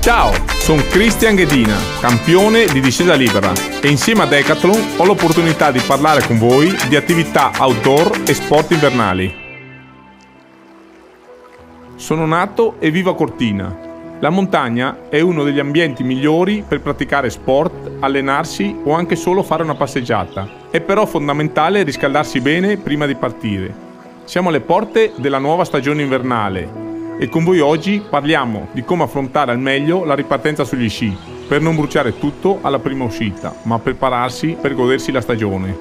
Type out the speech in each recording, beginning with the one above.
Ciao, sono Cristian Ghedina, campione di discesa libera e insieme a Decathlon ho l'opportunità di parlare con voi di attività outdoor e sport invernali. Sono nato e vivo a Cortina. La montagna è uno degli ambienti migliori per praticare sport, allenarsi o anche solo fare una passeggiata. È però fondamentale riscaldarsi bene prima di partire. Siamo alle porte della nuova stagione invernale e con voi oggi parliamo di come affrontare al meglio la ripartenza sugli sci, per non bruciare tutto alla prima uscita, ma prepararsi per godersi la stagione.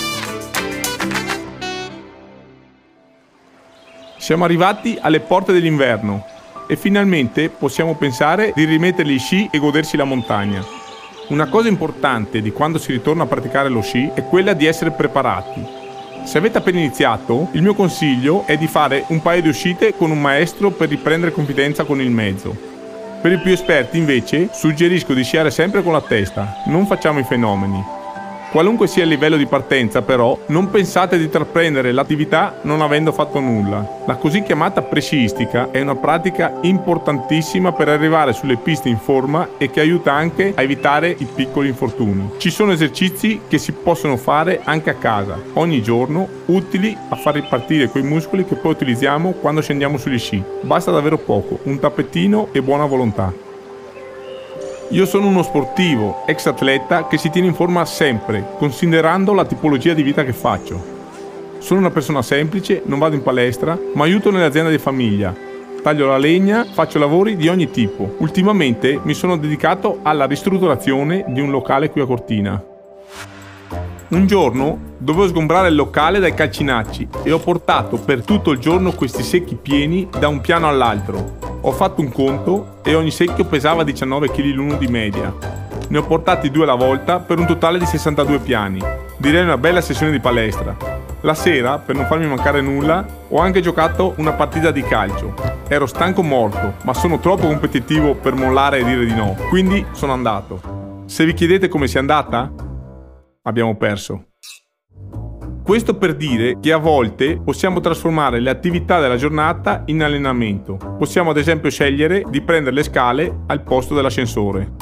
Siamo arrivati alle porte dell'inverno e finalmente possiamo pensare di rimettere gli sci e godersi la montagna. Una cosa importante di quando si ritorna a praticare lo sci è quella di essere preparati. Se avete appena iniziato, il mio consiglio è di fare un paio di uscite con un maestro per riprendere confidenza con il mezzo. Per i più esperti invece suggerisco di sciare sempre con la testa, non facciamo i fenomeni. Qualunque sia il livello di partenza però, non pensate di intraprendere l'attività non avendo fatto nulla. La così chiamata presciistica è una pratica importantissima per arrivare sulle piste in forma e che aiuta anche a evitare i piccoli infortuni. Ci sono esercizi che si possono fare anche a casa, ogni giorno, utili a far ripartire quei muscoli che poi utilizziamo quando scendiamo sugli sci. Basta davvero poco, un tappetino e buona volontà. Io sono uno sportivo, ex atleta che si tiene in forma sempre, considerando la tipologia di vita che faccio. Sono una persona semplice, non vado in palestra, ma aiuto nell'azienda di famiglia. Taglio la legna, faccio lavori di ogni tipo. Ultimamente mi sono dedicato alla ristrutturazione di un locale qui a Cortina. Un giorno dovevo sgombrare il locale dai calcinacci e ho portato per tutto il giorno questi secchi pieni da un piano all'altro. Ho fatto un conto e ogni secchio pesava 19 kg l'uno di media. Ne ho portati 2 alla volta per un totale di 62 piani. Direi una bella sessione di palestra. La sera, per non farmi mancare nulla, ho anche giocato una partita di calcio. Ero stanco morto, ma sono troppo competitivo per mollare e dire di no, quindi sono andato. Se vi chiedete come sia andata, abbiamo perso. Questo per dire che a volte possiamo trasformare le attività della giornata in allenamento. Possiamo ad esempio scegliere di prendere le scale al posto dell'ascensore.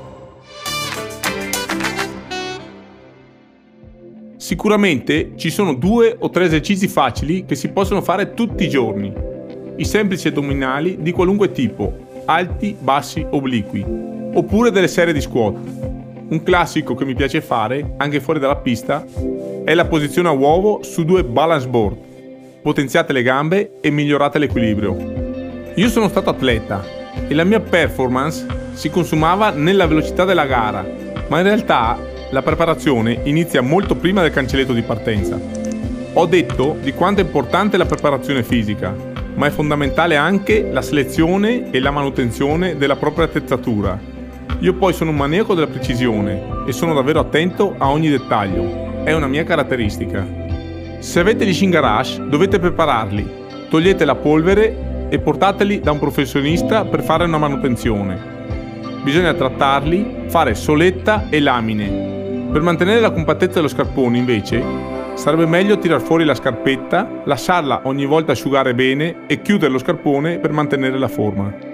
Sicuramente ci sono 2 o 3 esercizi facili che si possono fare tutti i giorni. I semplici addominali di qualunque tipo, alti, bassi, obliqui, oppure delle serie di squat. Un classico che mi piace fare, anche fuori dalla pista, è la posizione a uovo su 2 balance board. Potenziate le gambe e migliorate l'equilibrio. Io sono stato atleta e la mia performance si consumava nella velocità della gara, ma in realtà la preparazione inizia molto prima del cancelletto di partenza. Ho detto di quanto è importante la preparazione fisica, ma è fondamentale anche la selezione e la manutenzione della propria attrezzatura. Io poi sono un maniaco della precisione e sono davvero attento a ogni dettaglio. È una mia caratteristica. Se avete gli sci in garage, dovete prepararli. Togliete la polvere e portateli da un professionista per fare una manutenzione. Bisogna trattarli, fare soletta e lamine. Per mantenere la compattezza dello scarpone, invece, sarebbe meglio tirar fuori la scarpetta, lasciarla ogni volta asciugare bene e chiudere lo scarpone per mantenere la forma.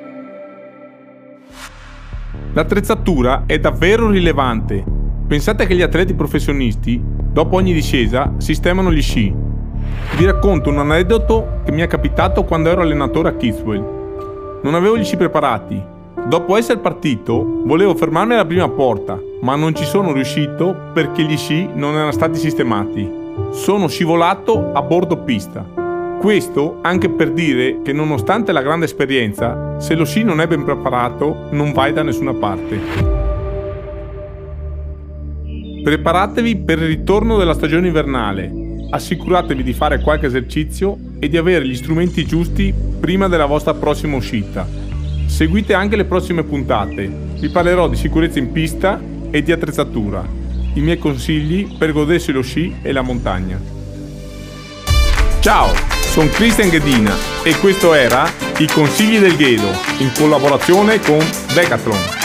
L'attrezzatura è davvero rilevante. Pensate che gli atleti professionisti, dopo ogni discesa, sistemano gli sci. Vi racconto un aneddoto che mi è capitato quando ero allenatore a Kitzbühel. Non avevo gli sci preparati. Dopo essere partito, volevo fermarmi alla prima porta, ma non ci sono riuscito perché gli sci non erano stati sistemati. Sono scivolato a bordo pista. Questo anche per dire che nonostante la grande esperienza, se lo sci non è ben preparato, non vai da nessuna parte. Preparatevi per il ritorno della stagione invernale. Assicuratevi di fare qualche esercizio e di avere gli strumenti giusti prima della vostra prossima uscita. Seguite anche le prossime puntate. Vi parlerò di sicurezza in pista e di attrezzatura. I miei consigli per godersi lo sci e la montagna. Ciao, sono Cristian Ghedina e questo era I Consigli del Ghedo in collaborazione con Decathlon.